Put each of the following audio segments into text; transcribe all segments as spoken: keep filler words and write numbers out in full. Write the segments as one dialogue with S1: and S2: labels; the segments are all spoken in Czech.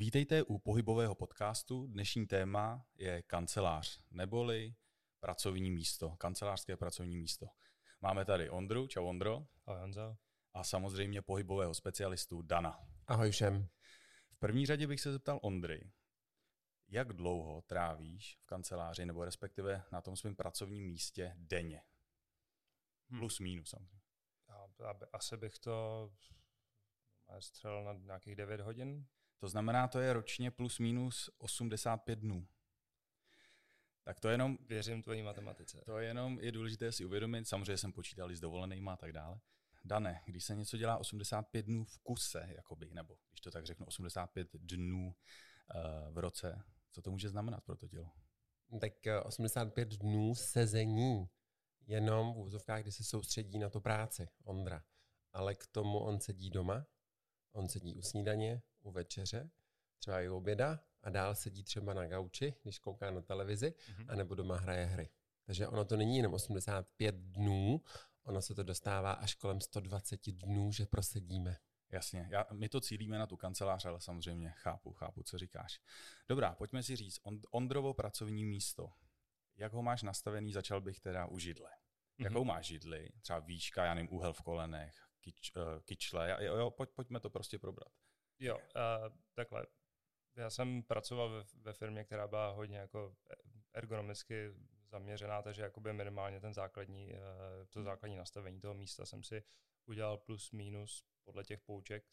S1: Vítejte u pohybového podcastu. Dnešní téma je kancelář, neboli pracovní místo, kancelářské pracovní místo. Máme tady Ondru, čau Ondro.
S2: Ahoj Honzo.
S1: A samozřejmě pohybového specialistu Dana.
S3: Ahoj všem.
S1: V první řadě bych se zeptal Ondry, jak dlouho trávíš v kanceláři nebo respektive na tom svém pracovním místě denně? Hmm. Plus minus samozřejmě.
S2: Já, asi bych to střelil na nějakých devět hodin.
S1: To znamená, to je ročně plus minus osmdesát pět dnů. Tak to jenom...
S2: Věřím tvojí matematice.
S1: To jenom je důležité si uvědomit, samozřejmě jsem počítal i s dovolenýma a tak dále. Dane, když se něco dělá osmdesát pět dnů v kuse, jakoby, nebo když to tak řeknu, osmdesát pět dnů uh, v roce, co to může znamenat pro to tělo?
S3: Tak osmdesát pět dnů sezení, jenom v úzovkách, kdy se soustředí na tu práci, Ondra. Ale k tomu on sedí doma, on sedí u snídaně, u večeře, třeba i u oběda a dál sedí třeba na gauči, když kouká na televizi, mm-hmm. anebo doma hraje hry. Takže ono to není jenom osmdesát pět dnů, ono se to dostává až kolem sto dvacet dnů, že prosedíme.
S1: Jasně, já, my to cílíme na tu kancelář, ale samozřejmě chápu, chápu, co říkáš. Dobrá, pojďme si říct, Ond- Ondrovo pracovní místo. Jak ho máš nastavený, začal bych teda u židle. Mm-hmm. Jakou máš židli? Třeba výška, já nevím, úhel v kolenech, kyč, uh, kyčle, jo, jo, pojď, pojďme to prostě probrat.
S2: Jo, uh, takhle. Já jsem pracoval ve, ve firmě, která byla hodně jako ergonomicky zaměřená, takže jakoby minimálně ten základní, uh, to základní nastavení toho místa jsem si udělal plus minus podle těch pouček.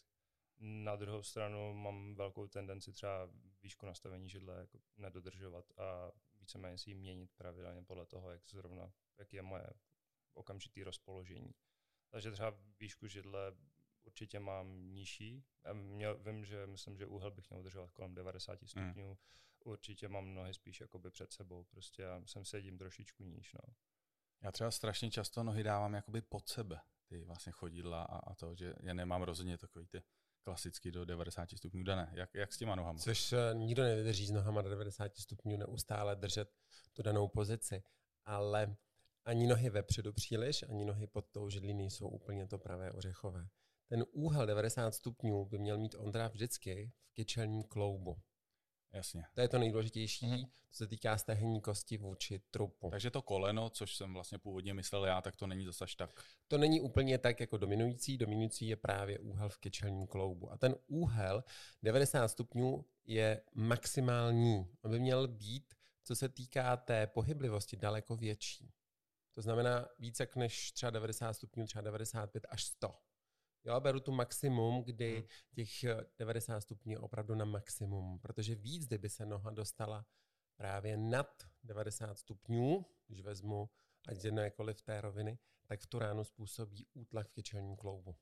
S2: Na druhou stranu mám velkou tendenci třeba výšku nastavení židle jako nedodržovat a víceméně si ji měnit pravidelně podle toho, jak zrovna, jak je moje okamžitý rozpoložení. Takže třeba výšku židle určitě mám nižší. Měl, vím, že myslím, že úhel bych měl udržovat kolem devadesát stupňů. Mm. Určitě mám nohy spíš jakoby před sebou. Prostě já jsem sedím trošičku níž. No.
S1: Já třeba strašně často nohy dávám jakoby pod sebe. Ty vlastně chodidla a, a to, že já nemám rozhodně takový ty klasicky do devadesát stupňů. Dané, jak, jak s těma nohama?
S3: Což uh, nikdo nevydrží s nohama do devadesát stupňů neustále držet tu danou pozici. Ale ani nohy vepředu příliš, ani nohy pod tou židlí nejsou úplně to pravé ořechové. Ten úhel devadesát stupňů by měl mít Ondra vždycky v kyčelním kloubu.
S1: Jasně.
S3: To je to nejdůležitější, mm. co se týká stehenní kosti vůči trupu.
S1: Takže to koleno, což jsem vlastně původně myslel já, tak to není zase až tak.
S3: To není úplně tak jako dominující. Dominující je právě úhel v kyčelním kloubu. A ten úhel devadesát stupňů je maximální. On by měl být, co se týká té pohyblivosti, daleko větší. To znamená více než třeba devadesát stupňů, třeba devadesát pět až sto. Jo, beru tu maximum, kdy těch devadesát stupňů je opravdu na maximum, protože víc, kdyby se noha dostala právě nad devadesát stupňů, když vezmu ať z jednékoliv té roviny, tak v tu ránu způsobí útlak v kyčelním kloubu.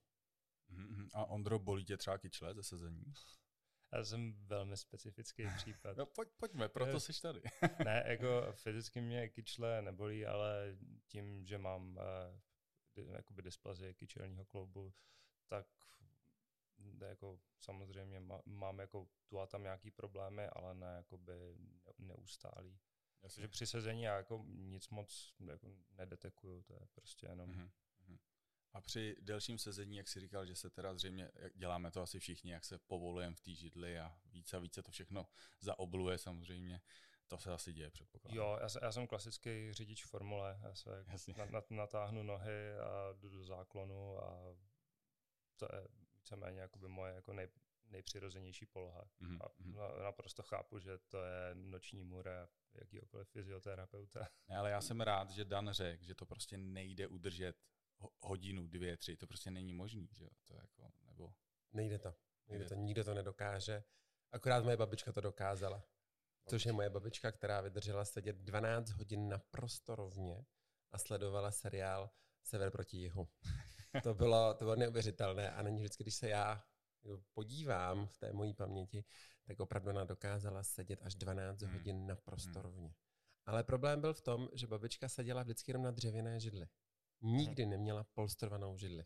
S1: A Ondro, bolí tě třeba kyčle ze sezení?
S2: Já jsem velmi specifický případ.
S1: No pojď, pojďme, proto jsi tady.
S2: Ne, jako fyzicky mě kyčle nebolí, ale tím, že mám uh, jakoby dysplazii kyčelního kloubu, tak jako samozřejmě mám jako tu a tam nějaký problémy, ale ne jakoby neustálý. Takže při sezení já jako nic moc jako nedetekuju, to je prostě jenom...
S1: Uh-huh. A při delším sezení, jak jsi říkal, že se teda zřejmě, děláme to asi všichni, jak se povolujeme v té židli a více a více to všechno zaobluje samozřejmě, to se asi děje, předpokládám.
S2: Jo, já, já jsem klasický řidič formule, já se nat, nat, natáhnu nohy a jdu do záklonu a to je víceméně jakoby moje jako nej, nejpřirozenější poloha. Mm-hmm. A naprosto chápu, že to je noční můra jakýkoliv fyzioterapeuta.
S1: Ne, ale já jsem rád, že Dan řekl, že to prostě nejde udržet hodinu, dvě, tři, to prostě není možný, že jo, to jako, nebo...
S3: Nejde to, nejde to, nikdo to nedokáže, akorát moje babička to dokázala, což je moje babička, která vydržela sedět dvanáct hodin naprosto rovně a sledovala seriál Sever proti jihu. To bylo, to bylo neuvěřitelné a není vždycky, když se já podívám v té mojí paměti, tak opravdu ona dokázala sedět až dvanáct hmm. hodin naprosto hmm. rovně. Ale problém byl v tom, že babička seděla vždycky jenom na dřevěné židli. Nikdy neměla polstrovanou židli.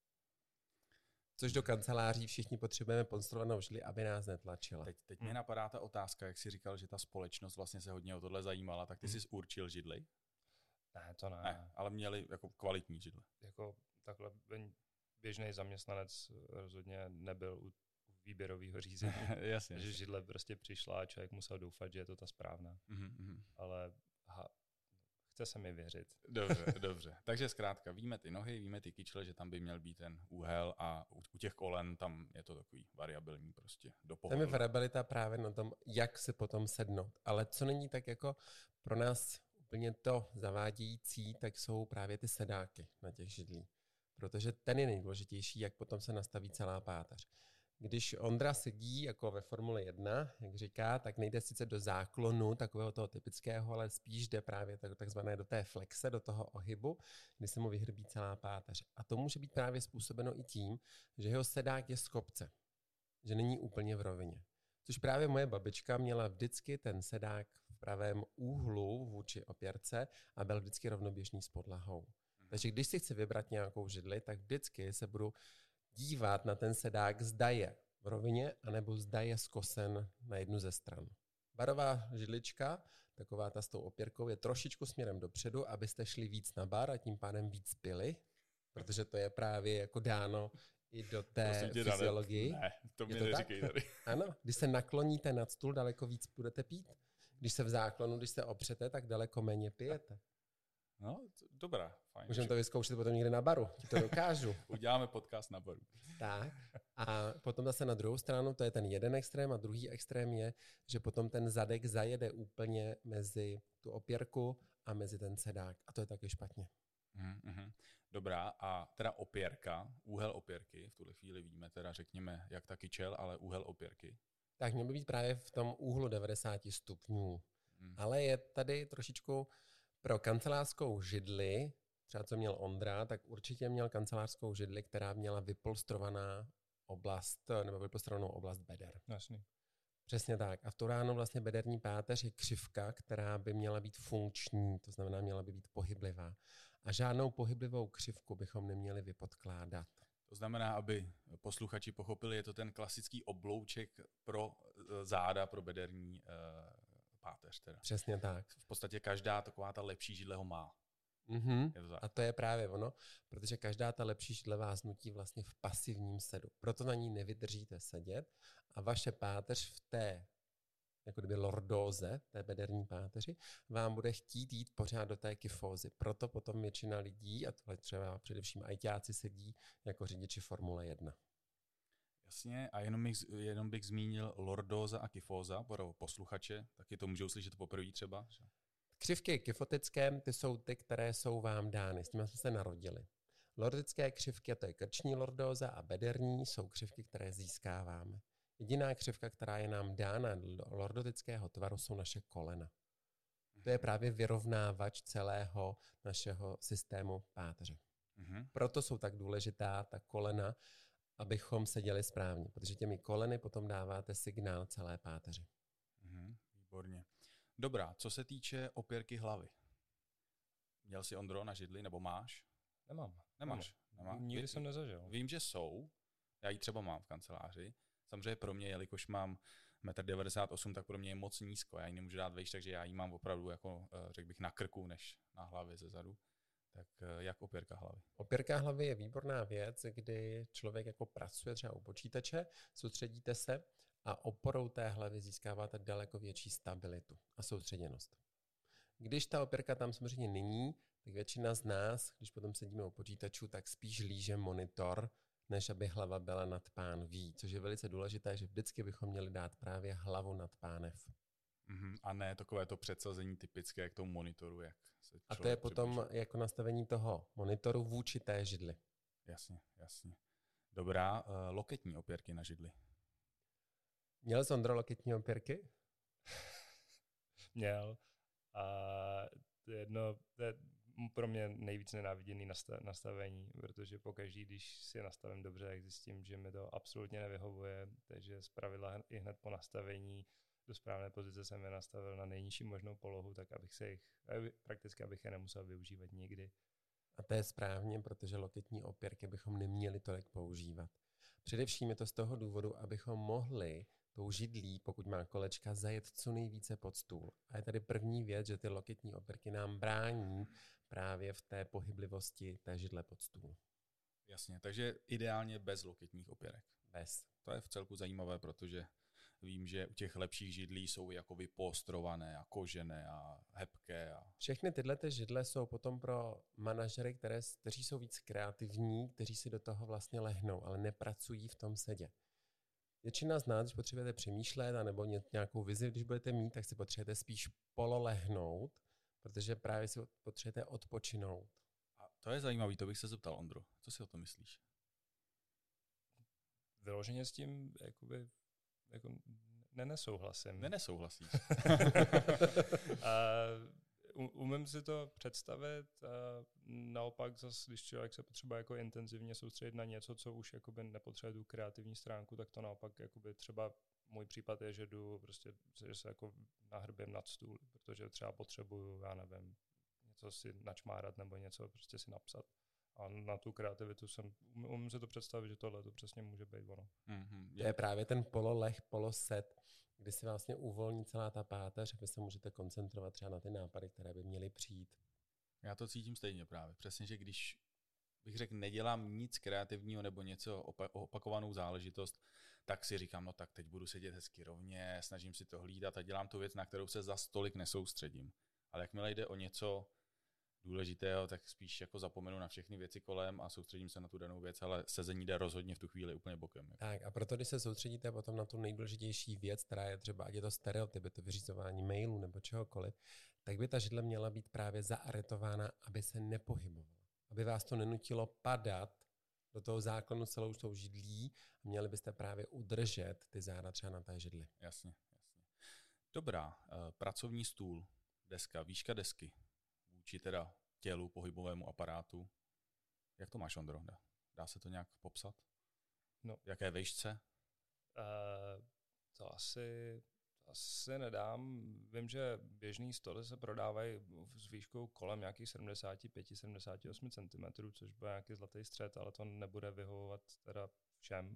S3: Což do kanceláří všichni potřebujeme polstrovanou židli, aby nás netlačila.
S1: Teď, teď mě napadá ta otázka, jak jsi říkal, že ta společnost vlastně se hodně o tohle zajímala, tak ty jsi určil židli?
S2: Ne, to ne.
S1: ne. Ale měli jako kvalitní židle.
S2: Jako takhle běžný zaměstnanec rozhodně nebyl u výběrového řízení.
S1: Jasně.
S2: Že židle prostě přišla a člověk musel doufat, že je to ta správná.
S1: Mm-hmm.
S2: Ale aha, chce se mi věřit.
S1: Dobře, dobře. Takže zkrátka víme ty nohy, víme ty kyčle, že tam by měl být ten úhel a u, u těch kolen tam je to takový variabilní prostě do pohodlí.
S3: Tam je variabilita právě na tom, jak se potom sednout. Ale co není tak jako pro nás úplně to zavádějící, tak jsou právě ty sedáky na těch židlích. Protože ten je nejdůležitější, jak potom se nastaví celá páteř. Když Ondra sedí jako ve Formule jedna, jak říká, tak nejde sice do záklonu takového toho typického, ale spíš jde právě takzvané do té flexe, do toho ohybu, kdy se mu vyhrbí celá páteř. A to může být právě způsobeno i tím, že jeho sedák je z kopce, že není úplně v rovině. Což právě moje babička měla vždycky ten sedák v pravém úhlu vůči opěrce a byl vždycky rovnoběžný s podlahou. Takže když si chci vybrat nějakou židli, tak vždycky se budu dívat na ten sedák, zda je v rovině, anebo zda je skosen na jednu ze stran. Barová židlička, taková ta s tou opěrkou, je trošičku směrem dopředu, abyste šli víc na bar a tím pádem víc pili, protože to je právě jako dáno i do té fyziologii.
S1: Ne, to mě neříkej tady.
S3: Ano, když se nakloníte nad stůl, daleko víc budete pít. Když se v záklonu, když se opřete, tak daleko méně pijete.
S1: No, dobrá, fajn.
S3: Můžeme to vyzkoušet potom někde na baru, ti to dokážu.
S1: Uděláme podcast na baru.
S3: Tak a potom zase na druhou stranu, to je ten jeden extrém a druhý extrém je, že potom ten zadek zajede úplně mezi tu opěrku a mezi ten sedák a to je taky špatně.
S1: Mm-hmm. Dobrá, a teda opěrka, úhel opěrky, v tuhle chvíli víme teda řekněme jak ta kyčel, ale úhel opěrky.
S3: Tak měl by být právě v tom úhlu devadesát stupňů, mm. ale je tady trošičku pro kancelářskou židli, třeba co měl Ondra, tak určitě měl kancelářskou židli, která měla vypolstrovaná oblast, nebo vypolstrovanou oblast beder.
S2: Jasný.
S3: Přesně tak. A v tu ráno vlastně bederní páteř je křivka, která by měla být funkční, to znamená, měla by být pohyblivá. A žádnou pohyblivou křivku bychom neměli vypodkládat.
S1: To znamená, aby posluchači pochopili, je to ten klasický oblouček pro záda, pro bederní uh, páteř. Teda.
S3: Přesně tak.
S1: V podstatě každá taková ta lepší židle ho má.
S3: Mm-hmm. To a to je právě ono, protože každá ta lepší židle vás nutí vlastně v pasivním sedu. Proto na ní nevydržíte sedět a vaše páteř v té, jako kdyby lordóze, té bederní páteři, vám bude chtít jít pořád do té kyfózy. Proto potom většina lidí, a tohle třeba především ajťáci, sedí jako řidiči Formule jedna.
S1: Jasně, a jenom bych, jenom bych zmínil lordóza a kyfóza pro posluchače, taky to můžou slyšet poprvé třeba.
S3: Křivky kyfotické, ty jsou ty, které jsou vám dány, s tím jsme se narodili. Lordické křivky, to je krční lordóza a bederní, jsou křivky, které získáváme. Jediná křivka, která je nám dána do lordotického tvaru, jsou naše kolena. To je právě vyrovnávač celého našeho systému páteře. Mm-hmm. Proto jsou tak důležitá ta kolena, abychom seděli správně, protože těmi koleny potom dáváte signál celé páteři.
S1: Mm-hmm. Výborně. Dobrá, co se týče opěrky hlavy. Měl jsi, Ondro, na židli, nebo máš?
S2: Nemám.
S1: Nemáš?
S2: Nemám. Nikdy Ví, jsem nezažil.
S1: Vím, že jsou. Já ji třeba mám v kanceláři. Samozřejmě pro mě, jelikož mám metr devadesát osm, tak pro mě je moc nízko. Já ji nemůžu dát vejš, takže já ji mám opravdu, jako, řekl bych, na krku, než na hlavě ze zadu. Tak jak opěrka hlavy?
S3: Opěrka hlavy je výborná věc, kdy člověk jako pracuje třeba u počítače, soustředíte se a oporou té hlavy získáváte daleko větší stabilitu a soustředěnost. Když ta opěrka tam samozřejmě není, tak většina z nás, když potom sedíme u počítačů, tak spíš líže monitor, než aby hlava byla nad pánví, což je velice důležité, že vždycky bychom měli dát právě hlavu nad pánev.
S1: Mm-hmm. A ne takové to předsazení typické k tomu monitoru, jak se
S3: a to je potom přibližuje. Jako nastavení toho monitoru vůči té židli.
S1: Jasně, jasně. Dobrá, uh, loketní opěrky na židli.
S3: Měl jsi, Ondro, loketní opěrky?
S2: Měl. A to je jedno, to je pro mě nejvíc nenáviděný nastavení, protože pokaždý, když si je nastavím dobře, tak zjistím, že mi to absolutně nevyhovuje, takže zpravidla i hned po nastavení do správné pozice jsem je nastavil na nejnižší možnou polohu, tak abych se jich, prakticky abych je nemusel využívat nikdy.
S3: A to je správně, protože loketní opěrky bychom neměli tolik používat. Především je to z toho důvodu, abychom mohli tou židlí, pokud má kolečka, zajet co nejvíce pod stůl. A je tady první věc, že ty loketní opěrky nám brání právě v té pohyblivosti té židle pod stůl.
S1: Jasně, takže ideálně bez loketních opěrek.
S3: Bez.
S1: To je v celku zajímavé, protože vím, že u těch lepších židlí jsou jako vypostrované a kožené a hebké. A...
S3: Všechny tyhle ty židle jsou potom pro manažery, které, kteří jsou víc kreativní, kteří si do toho vlastně lehnou, ale nepracují v tom sedě. Většina z nás, když potřebujete přemýšlet nebo nějakou vizi, když budete mít, tak si potřebujete spíš pololehnout, protože právě si potřebujete odpočinout.
S1: A to je zajímavé, to bych se zeptal, Ondro. Co si o tom myslíš?
S2: Vyloženě s tím jakoby, jako nenesouhlasím.
S1: Nenesouhlasíš.
S2: uh, umím si to představit, uh, naopak zase, když člověk se potřebuje jako intenzivně soustředit na něco, co už jakoby nepotřebuje tu kreativní stránku, tak to naopak jakoby třeba můj případ je, že jdu prostě, že se jako nahrbím nad stůl, protože třeba potřebuju, já nevím, něco si načmárat nebo něco prostě si napsat. A na tu kreativitu jsem, umím si to představit, že tohle to přesně může být ono.
S1: Mm-hmm,
S3: je. To je právě ten pololeh, poloset, kdy si vlastně uvolní celá ta páteř, aby se můžete koncentrovat třeba na ty nápady, které by měly přijít.
S1: Já to cítím stejně právě. Přesně, že když bych řekl, nedělám nic kreativního nebo něco opa- opakovanou záležitost, tak si říkám, no tak teď budu sedět hezky rovně, snažím si to hlídat a dělám tu věc, na kterou se za stolik nesoustředím. Ale jakmile jde o něco důležitého, tak spíš jako zapomenu na všechny věci kolem a soustředím se na tu danou věc, ale sezení jde rozhodně v tu chvíli úplně bokem. Jako.
S3: Tak a proto, když se soustředíte potom na tu nejdůležitější věc, která je třeba, ať je to stereotypy, to vyřizování mailů nebo čehokoliv, tak by ta židle měla být právě zaaretována, aby se nepohybovala. Aby vás to nenutilo padat do toho záklonu celou tou židlí a měli byste právě udržet ty záda třeba na té židli.
S1: Jasně, jasně. Dobrá, uh, pracovní stůl, deska, výška desky. Vůči teda tělu, pohybovému aparátu. Jak to máš, Ondro? Dá, dá se to nějak popsat?
S2: No.
S1: Jaké výšce?
S2: Uh, to asi, to asi nedám. Vím, že běžný stoly se prodávají s výškou kolem nějakých sedmdesát pět až sedmdesát osm centimetrů, což bude nějaký zlatý střed, ale to nebude vyhovovat teda všem.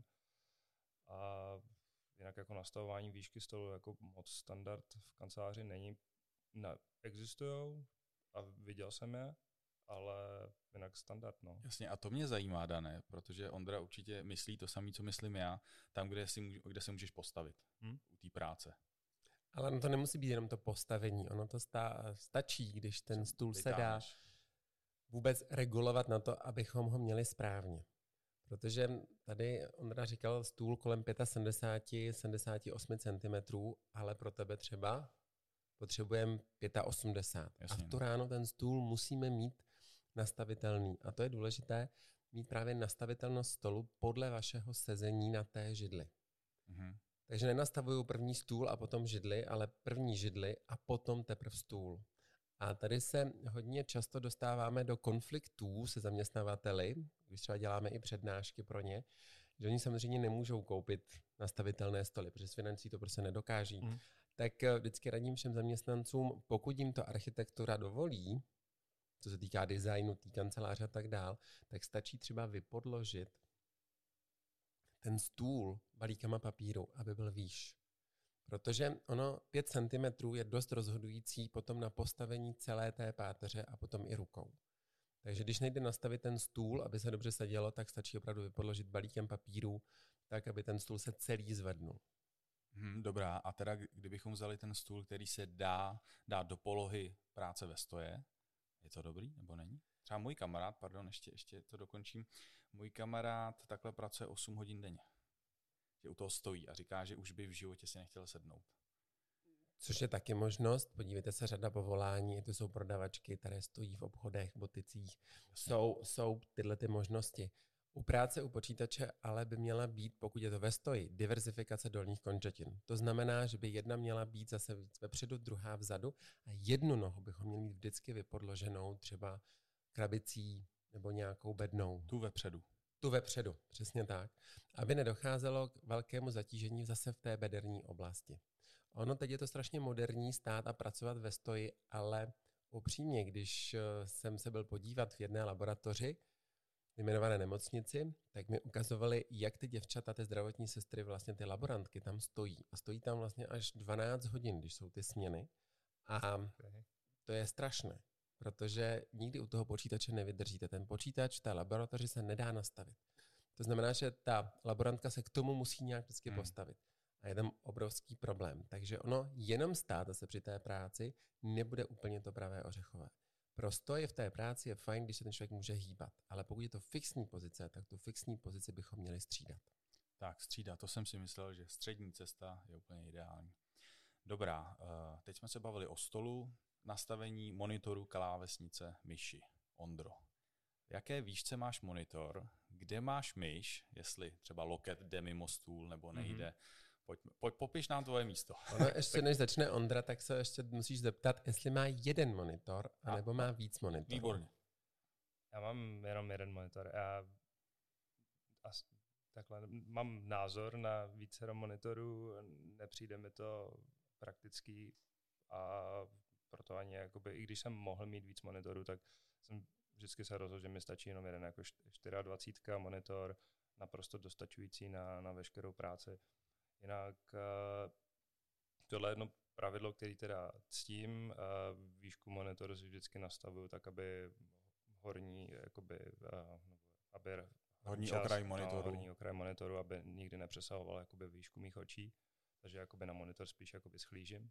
S2: A jinak jako nastavování výšky stolu jako moc standard v kanceláři není. Ne, existujou, a viděl jsem je, ale jinak standard, no.
S1: Jasně, a to mě zajímá, Dané, protože Ondra určitě myslí to samé, co myslím já, tam, kde, si, kde se můžeš postavit hmm? u té práce.
S3: Ale no to nemusí být jenom to postavení, ono to sta- stačí, když ten co stůl se dá vůbec regulovat na to, abychom ho měli správně. Protože tady Ondra říkal stůl kolem sedmdesát pět až sedmdesát osm centimetrů, ale pro tebe třeba potřebujeme osmdesát pět.
S1: Jasně,
S3: a v tu ráno ten stůl musíme mít nastavitelný. A to je důležité, mít právě nastavitelnost stolu podle vašeho sezení na té židli.
S1: Mhm.
S3: Takže nenastavuju první stůl a potom židli, ale první židli a potom teprve stůl. A tady se hodně často dostáváme do konfliktů se zaměstnavateli, když třeba děláme i přednášky pro ně, že oni samozřejmě nemůžou koupit nastavitelné stoly, protože s financí to prostě nedokáží. Mm. Tak vždycky radím všem zaměstnancům, pokud jim to architektura dovolí, co se týká designu, té kanceláře a tak dál, tak stačí třeba vypodložit ten stůl balíkama papíru, aby byl výš. Protože ono pět centimetrů je dost rozhodující potom na postavení celé té páteře a potom i rukou. Takže když nejde nastavit ten stůl, aby se dobře sedělo, tak stačí opravdu vypodložit balíkem papíru, tak aby ten stůl se celý zvednul.
S1: Hmm, dobrá, a teda kdybychom vzali ten stůl, který se dá dát do polohy práce ve stoje, je to dobrý nebo není? Třeba můj kamarád, pardon, ještě, ještě to dokončím, můj kamarád takhle pracuje osm hodin denně. Že u toho stojí a říká, že už by v životě si nechtěl sednout.
S3: Což je taky možnost, podívejte se, řada povolání, to jsou prodavačky, které stojí v obchodech, boticích, jsou, jsou tyhle ty možnosti. U práce u počítače ale by měla být, pokud je to ve stoji, diverzifikace dolních končetin. To znamená, že by jedna měla být zase víc vepředu, druhá vzadu a jednu nohu bychom měli mít vždycky vypodloženou třeba krabicí nebo nějakou bednou.
S1: Tu vepředu.
S3: Tu vepředu, přesně tak. Aby nedocházelo k velkému zatížení zase v té bederní oblasti. Ono teď je to strašně moderní stát a pracovat ve stoji, ale upřímně, když jsem se byl podívat v jedné laboratoři, jmenované nemocnici, tak mi ukazovali, jak ty děvčata, ty zdravotní sestry, vlastně ty laborantky tam stojí. A stojí tam vlastně až dvanáct hodin, když jsou ty směny. A to je strašné, protože nikdy u toho počítače nevydržíte. Ten počítač v té laboratoři se nedá nastavit. To znamená, že ta laborantka se k tomu musí nějak vždycky
S1: hmm.
S3: postavit. A je tam obrovský problém. Takže ono jenom stát se při té práci nebude úplně to pravé ořechové. Pro stoj v té práci je fajn, když se ten člověk může hýbat. Ale pokud je to fixní pozice, tak tu fixní pozici bychom měli střídat.
S1: Tak střídat, to jsem si myslel, že střední cesta je úplně ideální. Dobrá, teď jsme se bavili o stolu, nastavení monitoru, klávesnice, myši. Ondro, jaké výšce máš monitor, kde máš myš, jestli třeba loket jde mimo stůl nebo nejde. Mm-hmm. Pojď, pojď, popiš nám tvoje místo.
S3: Ono ještě než začne Ondra, tak se ještě musíš zeptat, jestli má jeden monitor, anebo má víc monitorů.
S1: Výborně.
S2: Já mám jenom jeden monitor. Já as, takhle, mám názor na vícero monitorů, nepřijde mi to praktický a proto ani, jakoby, i když jsem mohl mít víc monitorů, tak jsem vždycky se rozhodl, že mi stačí jenom jeden jako dvacet čtyři monitor, naprosto dostačující na, na veškerou práci. Jinak uh, tohle je jedno pravidlo, který teda ctím, uh, výšku monitoru si vždycky nastavuju tak, aby horní, jakoby, uh, aby
S1: horní
S2: čas,
S1: okraj monitoru.
S2: No, horní okraj monitoru, aby nikdy nepřesahoval jakoby výšku mých očí, takže jakoby na monitor spíš jakoby schlížím.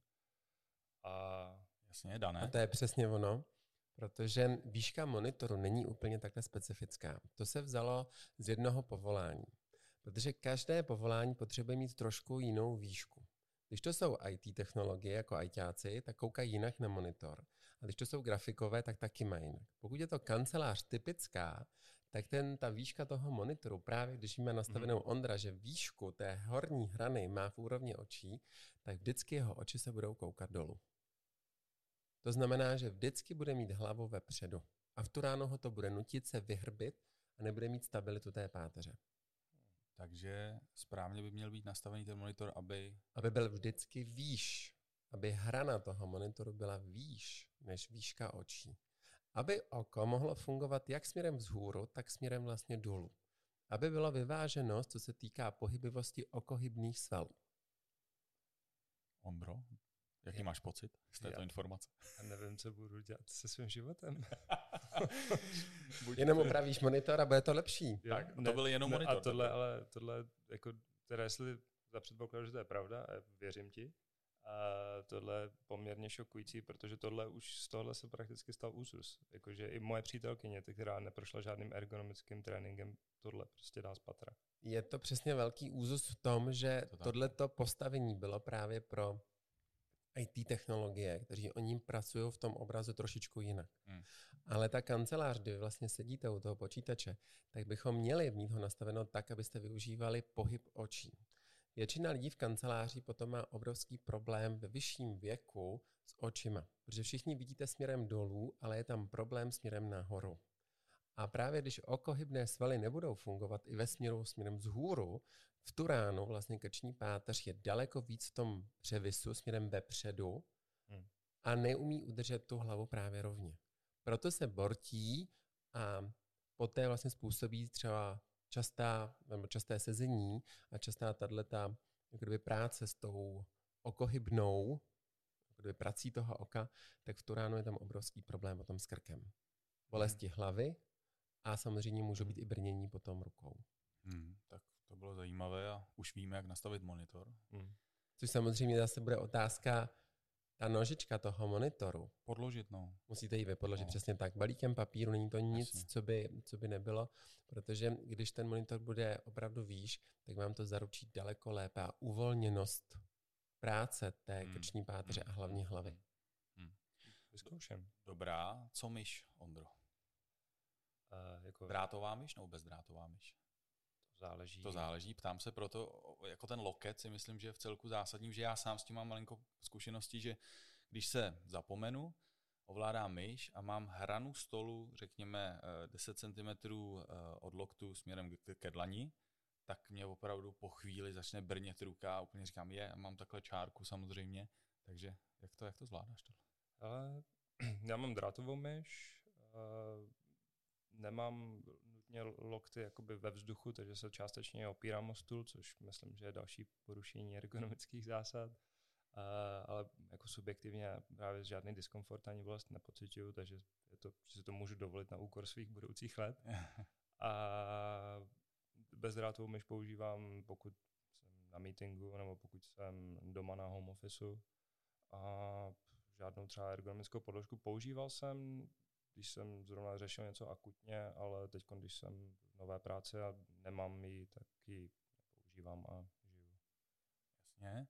S2: A
S1: jasně, dané.
S3: A to je přesně ono, protože výška monitoru není úplně takhle specifická. To se vzalo z jednoho povolání. Protože každé povolání potřebuje mít trošku jinou výšku. Když to jsou í té technologie jako ajťáci, tak koukají jinak na monitor. A když to jsou grafikové, tak taky mají jinak. Pokud je to kancelář typická, tak ten, ta výška toho monitoru, právě když má nastavenou Ondra, že výšku té horní hrany má v úrovni očí, tak vždycky jeho oči se budou koukat dolů. To znamená, že vždycky bude mít hlavu vepředu. A v tu ráno ho to bude nutit se vyhrbit a nebude mít stabilitu té páteře.
S1: Takže správně by měl být nastavený ten monitor, aby...
S3: Aby byl vždycky výš. Aby hrana toho monitoru byla výš než výška očí. Aby oko mohlo fungovat jak směrem vzhůru, tak směrem vlastně dolů. Aby byla vyváženost, co se týká pohyblivosti okohybných svalů.
S1: Ondro, jaký máš pocit z této
S2: Já.
S1: informace?
S2: Já nevím, co budu dělat se svým životem.
S3: Jenom opravíš monitor a bude to lepší.
S1: Tak, to byl jenom
S2: ne,
S1: monitor.
S2: A tohle, ale tohle, jako, teda jestli za předpokladu, že to je pravda, a věřím ti, a tohle je poměrně šokující, protože tohle už z tohle se prakticky stal úzus. Jakože i moje přítelkyně, která neprošla žádným ergonomickým tréninkem, tohle prostě dá z patra.
S3: Je to přesně velký úzus v tom, že to tohleto postavení bylo právě pro í té technologie, kteří o ním pracují v tom obrazu trošičku jinak. Hmm. Ale ta kancelář, kdy vy vlastně sedíte u toho počítače, tak bychom měli mít ho nastaveno tak, abyste využívali pohyb očí. Většina lidí v kanceláři potom má obrovský problém ve vyšším věku s očima, protože všichni vidíte směrem dolů, ale je tam problém směrem nahoru. A právě když okohybné svaly nebudou fungovat i ve směru směrem vzhůru, v tu ránu vlastně krční páteř je daleko víc v tom převisu směrem vepředu hmm. a neumí udržet tu hlavu právě rovně. Proto se bortí a poté vlastně způsobí třeba častá, nebo časté sezení a častá tato práce s tou okohybnou kdyby prací toho oka, tak v tu ránu je tam obrovský problém potom s krkem. Bolesti hmm. hlavy a samozřejmě můžou být i brnění potom rukou.
S1: Hmm, tak to bylo zajímavé a už víme, jak nastavit monitor.
S3: Hmm. Což samozřejmě zase bude otázka, ta nožička toho monitoru.
S1: Podložit, no.
S3: Musíte ji vypodložit no. přesně tak. Balíkem papíru není to nic, co by, co by nebylo, protože když ten monitor bude opravdu výš, tak vám to zaručí daleko lépe a uvolněnost práce té hmm. krční páteře hmm. a hlavní hlavy.
S1: Hmm. Vyzkouším. Dobrá. Co myš, Ondro?
S2: Uh, jako...
S1: Drátová myš nebo bezdrátová myš?
S2: To záleží.
S1: To záleží. Ptám se proto, jako ten loket si myslím, že je v celku zásadní, že já sám s tím mám malinko zkušenosti, že když se zapomenu, ovládám myš a mám hranu stolu, řekněme deset centimetrů od loktu směrem ke dlani, tak mě opravdu po chvíli začne brnět ruka a úplně říkám, je, mám takhle čárku samozřejmě, takže jak to, jak to zvládáš tohle?
S2: Ale já mám drátovou myš, uh, nemám nutně lokty jakoby ve vzduchu, takže se částečně opírám o stůl, což myslím, že je další porušení ergonomických zásad, uh, ale jako subjektivně právě žádný diskomfort ani bolest nepociťuju, takže je to, že si to můžu dovolit na úkor svých budoucích let. A bezdrátovou myš používám, pokud jsem na meetingu nebo pokud jsem doma na home officeu. A žádnou třeba ergonomickou podložku používal jsem, když jsem zrovna řešil něco akutně, ale teď, když jsem v nové práci a nemám ji, tak ji používám a žiju.
S1: Jasně.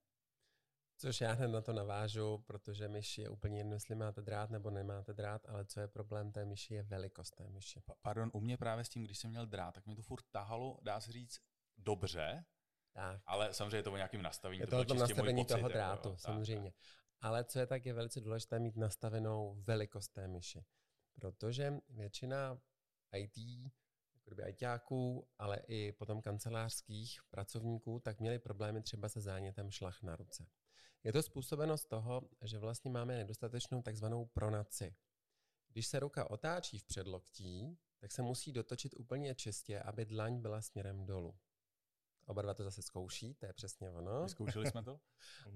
S3: Což já hned na to navážu, protože myš je úplně jedno, jestli máte drát nebo nemáte drát, ale co je problém té myši, je velikost té myši.
S1: Pardon, u mě právě s tím, když jsem měl drát, tak mě to furt tahalo, dá se říct, dobře,
S3: tak.
S1: Ale samozřejmě je to o nějakém nastavení.
S3: Je to o tom nastavení
S1: pocit,
S3: toho
S1: jako,
S3: drátu,
S1: tak,
S3: samozřejmě.
S1: Tak.
S3: Ale co je tak, je velice důležité mít nastavenou velikost té myši. Protože většina í té, jako kdyby ajťáků, ale i potom kancelářských pracovníků, tak měli problémy třeba se zánětem šlach na ruce. Je to způsobeno z toho, že vlastně máme nedostatečnou takzvanou pronaci. Když se ruka otáčí v předloktí, tak se musí dotočit úplně čistě, aby dlaň byla směrem dolů. Oba dva to zase zkouší, to je přesně ono.
S1: Vyzkoušeli jsme to?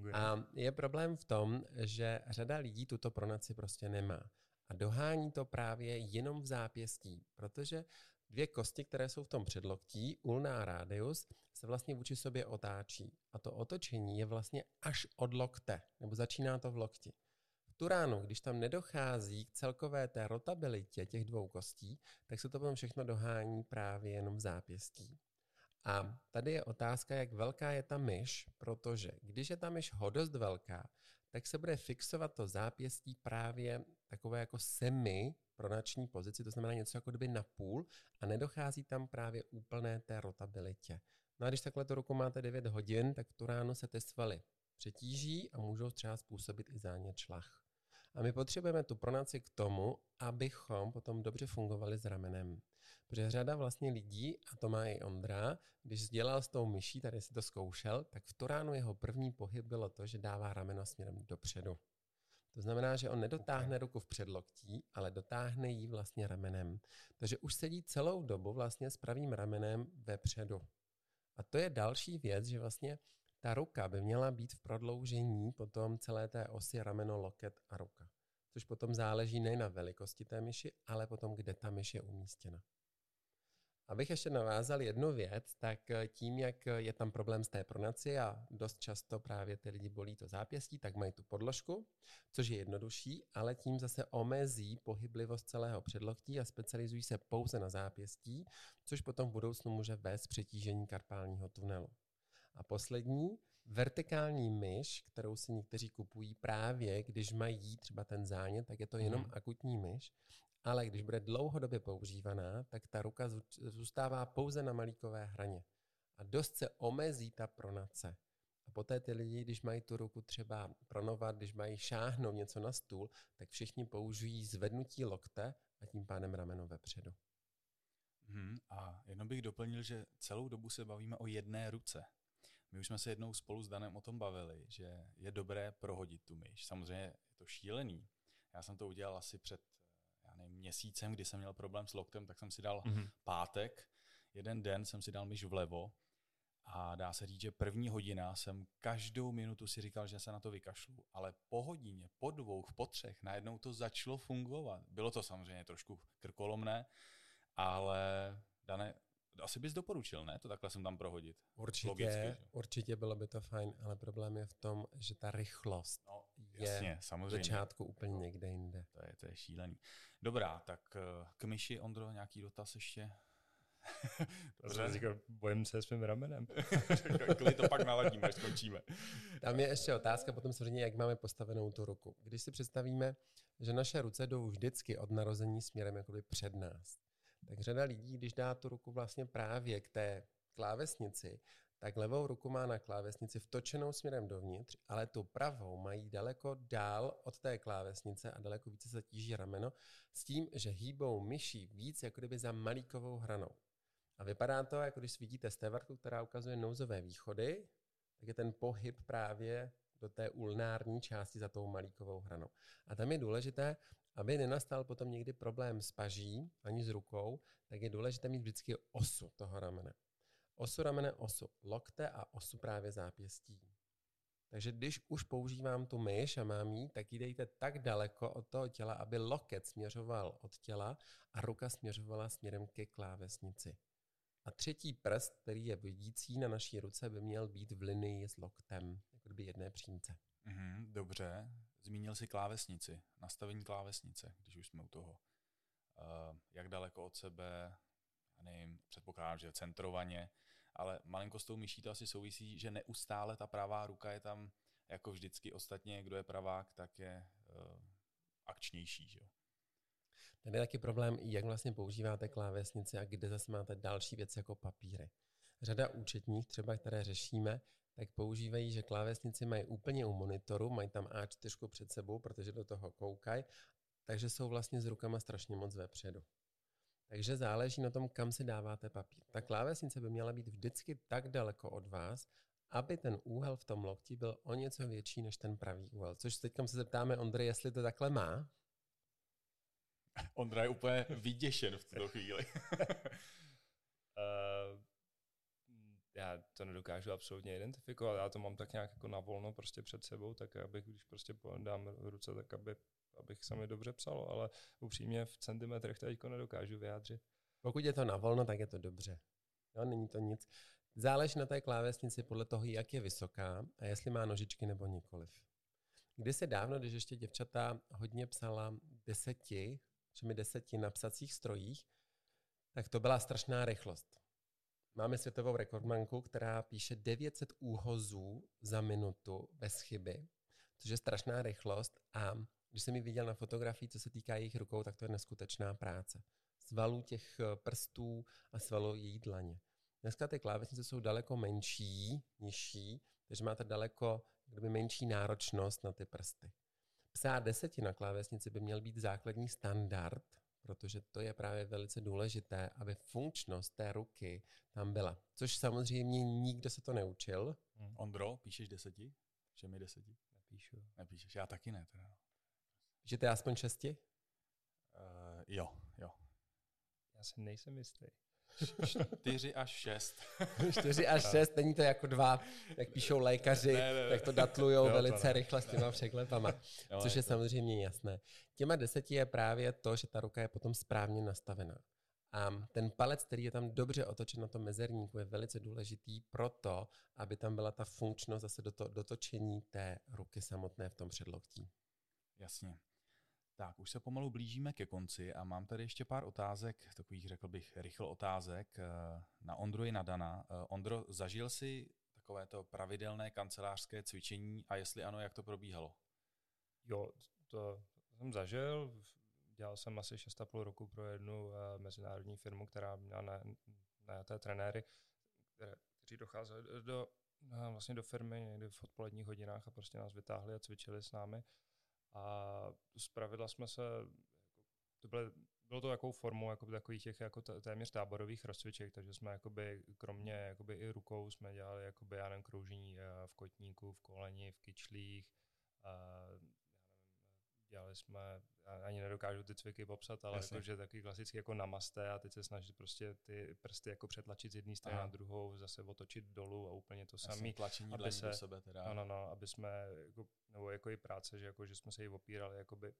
S3: A je problém v tom, že řada lidí tuto pronaci prostě nemá. A dohání to právě jenom v zápěstí, protože dvě kosti, které jsou v tom předloktí, ulna a radius, se vlastně vůči sobě otáčí. A to otočení je vlastně až od lokte, nebo začíná to v lokti. V tu ránu, když tam nedochází k celkové té rotabilitě těch dvou kostí, tak se to potom všechno dohání právě jenom v zápěstí. A tady je otázka, jak velká je ta myš, protože když je ta myš ho dost velká, tak se bude fixovat to zápěstí právě takové jako semi pronační pozici, to znamená něco jako kdyby na půl a nedochází tam právě úplné té rotabilitě. No a když takhle tu ruku máte devět hodin, tak tu ráno se ty svaly přetíží a můžou třeba způsobit i zánět šlach. A my potřebujeme tu pronaci k tomu, abychom potom dobře fungovali s ramenem. Protože řada vlastně lidí, a to má i Ondra, když dělal s tou myší, tady si to zkoušel, tak v tu ránu jeho první pohyb bylo to, že dává rameno směrem dopředu. To znamená, že on nedotáhne ruku v předloktí, ale dotáhne ji vlastně ramenem. Takže už sedí celou dobu vlastně s pravým ramenem vepředu. A to je další věc, že vlastně ta ruka by měla být v prodloužení potom celé té osy rameno, loket a ruka. Což potom záleží nejen na velikosti té myši, ale potom, kde ta myš je umístěna. Abych ještě navázal jednu věc, tak tím, jak je tam problém z té pronaci a dost často právě ty lidi bolí to zápěstí, tak mají tu podložku, což je jednodušší, ale tím zase omezí pohyblivost celého předloktí a specializují se pouze na zápěstí, což potom v budoucnu může vést přetížení karpálního tunelu. A poslední, vertikální myš, kterou si někteří kupují právě, když mají třeba ten zánět, tak je to jenom hmm. akutní myš, ale když bude dlouhodobě používaná, tak ta ruka zůstává pouze na malíkové hraně. A dost se omezí ta pronace. A poté ty lidi, když mají tu ruku třeba pronovat, když mají šáhnout něco na stůl, tak všichni použijí zvednutí lokte a tím pádem rameno vepředu.
S1: Hmm, a jenom bych doplnil, že celou dobu se bavíme o jedné ruce. My už jsme se jednou spolu s Danem o tom bavili, že je dobré prohodit tu myš. Samozřejmě je to šílený. Já jsem to udělal asi před já nevím, měsícem, kdy jsem měl problém s loktem, tak jsem si dal mm-hmm. pátek. Jeden den jsem si dal myš vlevo a dá se říct, že první hodina jsem každou minutu si říkal, že se na to vykašlu. Ale po hodině, po dvou, po třech najednou to začalo fungovat. Bylo to samozřejmě trošku krkolomné, ale Dane, asi bys doporučil, ne? To takhle jsem tam prohodit.
S3: Určitě,
S1: Logicky,
S3: určitě bylo by to fajn, ale problém je v tom, že ta rychlost
S1: no,
S3: je
S1: jasně, samozřejmě.
S3: v začátku úplně někde jinde.
S1: To je, to je šílený. Dobrá, tak k myši, Ondro, nějaký dotaz ještě?
S2: Dobře. Říkal, bojím se svým ramenem.
S1: Klid to pak naladíme, až skončíme.
S3: Tam je ještě otázka potom samozřejmě, jak máme postavenou tu ruku. Když si představíme, že naše ruce jdou vždycky od narození směrem jakoby před nás, tak řada lidí, když dá tu ruku vlastně právě k té klávesnici, tak levou ruku má na klávesnici vtočenou směrem dovnitř, ale tu pravou mají daleko dál od té klávesnice a daleko více zatíží rameno s tím, že hýbou myší víc jako kdyby za malíkovou hranou. A vypadá to, jako když vidíte stevarku, která ukazuje nouzové východy, tak je ten pohyb právě do té ulnární části za tou malíkovou hranou. A tam je důležité, aby nenastal potom někdy problém s paží ani s rukou, tak je důležité mít vždycky osu toho ramene. Osu ramene, osu lokte a osu právě zápěstí. Takže když už používám tu myš a mám jí, tak ji dejte tak daleko od toho těla, aby loket směřoval od těla a ruka směřovala směrem ke klávesnici. A třetí prst, který je vidící na naší ruce, by měl být v linii s loktem, jako kdyby jedné přímce.
S1: Mm-hmm, dobře. Zmínil jsi klávesnici, nastavení klávesnice, když už jsme u toho. Uh, jak daleko od sebe, já nevím, předpokládám, že centrovaně, ale malinko s tou myší to asi souvisí, že neustále ta pravá ruka je tam jako vždycky. Ostatně, kdo je pravák, tak je uh, akčnější. Že?
S3: Tady je taky problém, jak vlastně používáte klávesnici a kde zase máte další věci jako papíry. Řada účetních, třeba které řešíme, tak používají, že klávesnici mají úplně u monitoru, mají tam á čtyři před sebou, protože do toho koukají, takže jsou vlastně s rukama strašně moc vepředu. Takže záleží na tom, kam si dáváte papír. Ta klávesnice by měla být vždycky tak daleko od vás, aby ten úhel v tom lokti byl o něco větší než ten pravý úhel. Což teďka se zeptáme Ondry, jestli to takhle má.
S1: Ondra je úplně vyděšen v tuto chvíli.
S2: uh, já to nedokážu absolutně identifikovat. Já to mám tak nějak jako navolno prostě před sebou, tak abych, když prostě dám ruce, tak aby, abych se mi dobře psalo, ale upřímně v centimetrech teďko nedokážu vyjádřit.
S3: Pokud je to navolno, tak je to dobře. Jo, není to nic. Záleží na té klávesnici podle toho, jak je vysoká a jestli má nožičky nebo nikoliv. Kdysi dávno, když ještě děvčata hodně psala deseti, všemi deseti na psacích strojích, tak to byla strašná rychlost. Máme světovou rekordmanku, která píše devět set úhozů za minutu bez chyby, což je strašná rychlost a když jsem ji viděl na fotografii, co se týká jejich rukou, tak to je neskutečná práce. Svalů těch prstů a svalů její dlaně. Dneska ty klávesnice jsou daleko menší, nižší, takže máte daleko kdyby menší náročnost na ty prsty. Psát deseti na klávesnici by měl být základní standard, protože to je právě velice důležité, aby funkčnost té ruky tam byla. Což samozřejmě nikdo se to neučil.
S1: Hmm. Ondro, píšeš deseti? Všemi deseti?
S2: Nepíšu.
S1: Nepíšeš, já taky ne. Teda.
S3: Píšete aspoň šesti?
S1: Uh, jo, jo.
S2: Já si nejsem jistý.
S1: Čtyři až šest.
S3: Čtyři až šest, není to jako dva, jak píšou lékaři, ne, ne, ne. Tak to datlujou jo, velice to rychle s těma překlepama, jo, což je, je samozřejmě jasné. Těma deseti je právě to, že ta ruka je potom správně nastavená. A ten palec, který je tam dobře otočen na tom mezerníku, je velice důležitý proto, aby tam byla ta funkčnost zase do to, dotočení té ruky samotné v tom předloktí.
S1: Jasně. Tak, už se pomalu blížíme ke konci a mám tady ještě pár otázek, takových řekl bych rychl otázek na Ondru i na Dana. Ondro, zažil jsi takovéto pravidelné kancelářské cvičení a jestli ano, jak to probíhalo?
S2: Jo, to jsem zažil. Dělal jsem asi šest a půl roku pro jednu mezinárodní firmu, která měla na, na té trenéry, které, kteří docházeli do, vlastně do firmy někdy v odpoledních hodinách a prostě nás vytáhli a cvičili s námi. A zpravidla jsme se, to bylo, bylo to takovou formou jakoby takových těch jako téměř táborových rozcviček, takže jsme jakoby, kromě jakoby i rukou jsme dělali jakoby, já nevím, kroužení v kotníku, v koleni, v kyčlích, a, nevím, dělali jsme, ani nedokážu ty cviky popsat, ale jakože takový klasický jako namaste a teď se snažit prostě ty prsty jako přetlačit z jedné strany na druhou, zase otočit dolů a úplně to samé.
S1: Tlačení aby se, do sebe teda.
S2: No, no, no, aby jsme, jako, nebo jako i práce, že, jako, že jsme se jí opírali jakoby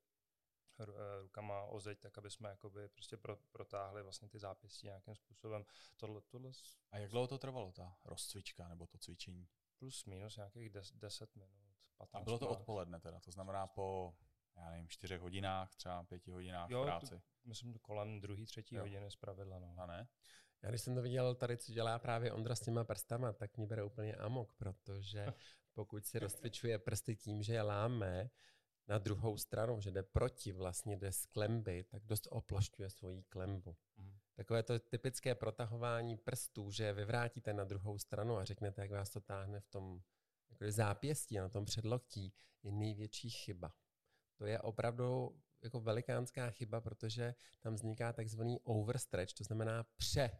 S2: rukama o zeď, tak aby jsme jakoby prostě pro, protáhli vlastně ty zápěstí nějakým způsobem. Tohle, tohle...
S1: A jak dlouho to trvalo, ta rozcvička nebo to cvičení?
S2: Plus minus nějakých des, deset minut, patnáct.
S1: A bylo to odpoledne teda, to znamená po já nevím, čtyřech hodinách, třeba pěti hodinách
S2: jo,
S1: práci.
S2: To, myslím, kolem druhý, třetí jo. hodiny zpravidla. No.
S1: A ne?
S3: Já když jsem to viděl tady, co dělá právě Ondra s těma prstama, tak mě bere úplně amok, protože pokud si rozcvičuje prsty tím, že je láme na druhou stranu, že jde proti, vlastně jde z klemby, tak dost oplošťuje svoji klembu. Mhm. Takové to typické protahování prstů, že vyvrátíte na druhou stranu a řeknete, jak vás to táhne v tom jako zápěstí na tom předloktí, je největší chyba. To je opravdu jako velikánská chyba, protože tam vzniká takzvaný overstretch, to znamená pře,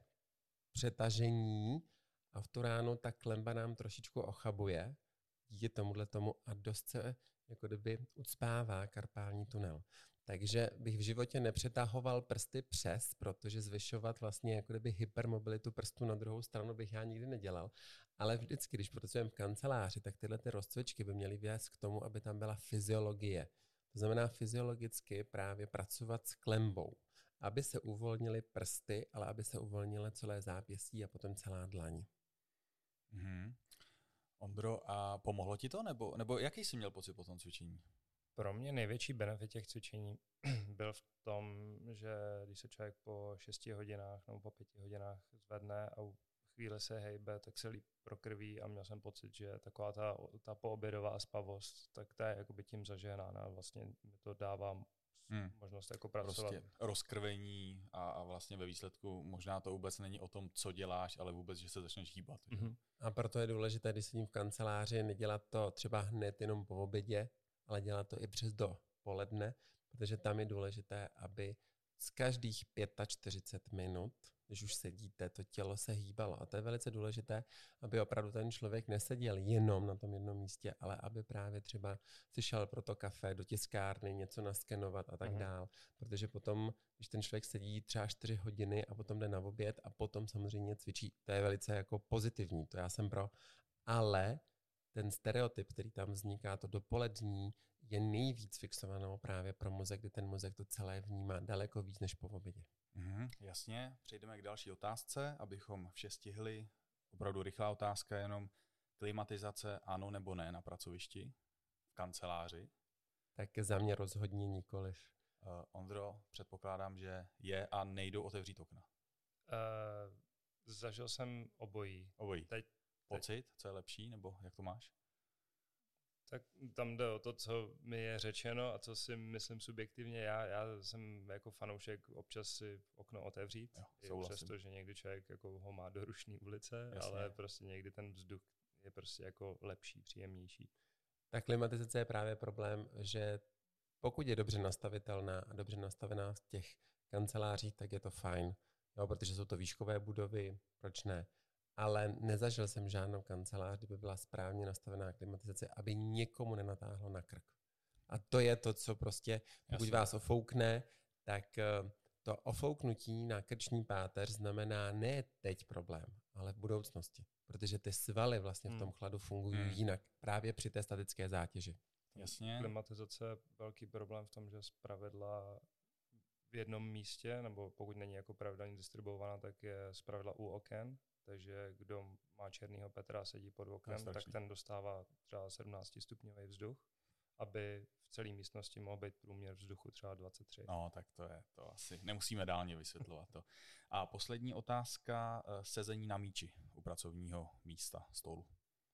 S3: přetažení a v tu ránu ta klemba nám trošičku ochabuje díky tomuhle tomu a dost se jako kdyby ucpává karpální tunel. Takže bych v životě nepřetahoval prsty přes, protože zvyšovat vlastně jako kdyby hypermobilitu prstů na druhou stranu bych já nikdy nedělal. Ale vždycky, když pracujeme v kanceláři, tak tyhle ty rozcvičky by měly vést k tomu, aby tam byla fyziologie. To znamená fyziologicky právě pracovat s klembou. aby se uvolnily prsty, ale aby se uvolnilo celé zápěstí a potom celá dlaň.
S1: Mm-hmm. Ondro, a pomohlo ti to? Nebo, nebo jaký jsi měl pocit po tom cvičení?
S2: Pro mě největší benefit těch cvičení byl v tom, že když se člověk po šesti hodinách nebo po pěti hodinách zvedne a chvíli se hejbe, tak se líp prokrví a měl jsem pocit, že taková ta, ta poobědová spavost, tak ta je jakoby tím zažehnána. Vlastně mi to dává hmm. možnost jako pracovat.
S1: Prostě rozkrvení a, a vlastně ve výsledku možná to vůbec není o tom, co děláš, ale vůbec, že se začneš hýbat.
S3: Mm-hmm. A proto je důležité, když sedím v kanceláři, nedělat to třeba hned jenom po obědě, ale dělat to i přes dopoledne, protože tam je důležité, aby z každých čtyřicet pět minut, když už sedíte, to tělo se hýbalo. A to je velice důležité, aby opravdu ten člověk neseděl jenom na tom jednom místě, ale aby právě třeba si šel pro to kafe, do tiskárny, něco naskenovat a tak dál. Protože potom, když ten člověk sedí třeba čtyři hodiny a potom jde na oběd a potom samozřejmě cvičí, to je velice jako pozitivní, to já jsem pro. Ale ten stereotyp, který tam vzniká, to dopolední, je nejvíc fixovanou právě pro mozek, kdy ten mozek to celé vnímá daleko víc než po obědě.
S1: Mm, jasně, přejdeme k další otázce, abychom vše stihli. Opravdu rychlá otázka, jenom klimatizace ano nebo ne na pracovišti, v kanceláři?
S3: Tak za mě rozhodně nikoliv.
S1: Uh, Ondro, předpokládám, že je a nejdou otevřít okna.
S2: Uh, zažil jsem obojí.
S1: Obojí. Teď, Pocit, co je lepší, nebo jak to máš?
S2: Tak tam jde o to, co mi je řečeno a co si myslím subjektivně. Já, já jsem jako fanoušek občas si okno otevřít, jo, přesto, že někdy člověk jako ho má do rušné ulice, jasně, ale prostě někdy ten vzduch je prostě jako lepší, příjemnější.
S3: Ta klimatizace je právě problém, že pokud je dobře nastavitelná a dobře nastavená v těch kancelářích, tak je to fajn, jo, protože jsou to výškové budovy, proč ne? Ale nezažil jsem žádnou kancelář, kdyby byla správně nastavená klimatizace, aby někomu nenatáhlo na krk. A to je to, co prostě, pokud Jasně. vás ofoukne, tak to ofouknutí na krční páteř znamená ne teď problém, ale v budoucnosti. Protože ty svaly vlastně v tom chladu fungují hmm. jinak, právě při té statické zátěži.
S2: Jasně. Klimatizace je velký problém v tom, že zpravidla v jednom místě, nebo pokud není jako pravidelně distribuovaná, tak je zpravidla u oken. Takže kdo má černýho Petra a sedí pod oknem, tak ten dostává třeba sedmnáctistupňový vzduch, aby v celé místnosti mohl být průměr vzduchu třeba dvacet tři.
S1: No, tak to je to asi. Nemusíme dálně vysvětlovat to. A poslední otázka, sezení na míči u pracovního místa, stolu.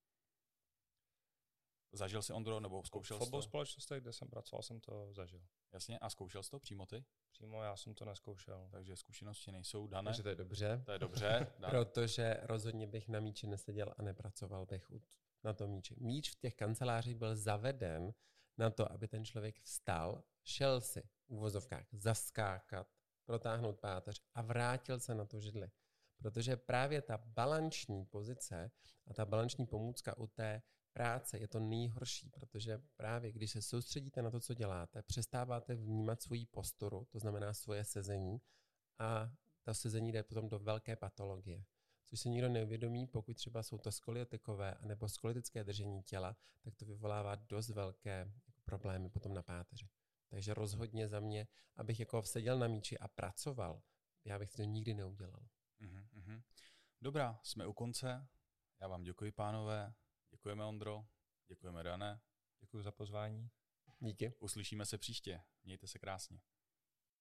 S1: Zažil jsi, Ondro, nebo zkoušel jsi to?
S2: V obou společnostech, kde jsem pracoval, jsem to zažil.
S1: Jasně, a zkoušel jsi to přímo ty?
S2: Přímo já jsem to neskoušel.
S1: Takže zkušenosti nejsou dané.
S3: Takže to je dobře.
S1: To je dobře.
S3: Protože rozhodně bych na míči neseděl a nepracoval bych na tom míči. Míč v těch kancelářích byl zaveden na to, aby ten člověk vstal, šel si v uvozovkách zaskákat, protáhnout páteř a vrátil se na tu židli. Protože právě ta balanční pozice a ta balanční pomůcka u té práce je to nejhorší, protože právě když se soustředíte na to, co děláte, přestáváte vnímat svoji posturu, to znamená svoje sezení, a to sezení jde potom do velké patologie. Což se nikdo neuvědomí, pokud třeba jsou to skoliotikové anebo skoliotické držení těla, tak to vyvolává dost velké problémy potom na páteři. Takže rozhodně za mě, abych jako seděl na míči a pracoval, já bych to nikdy neudělal.
S1: Uhum, uhum. Dobrá, jsme u konce. Já vám děkuji, pánové. Děkujeme, Ondro. Děkujeme, Dané.
S2: Děkuji za pozvání.
S3: Díky.
S1: Uslyšíme se příště. Mějte se krásně.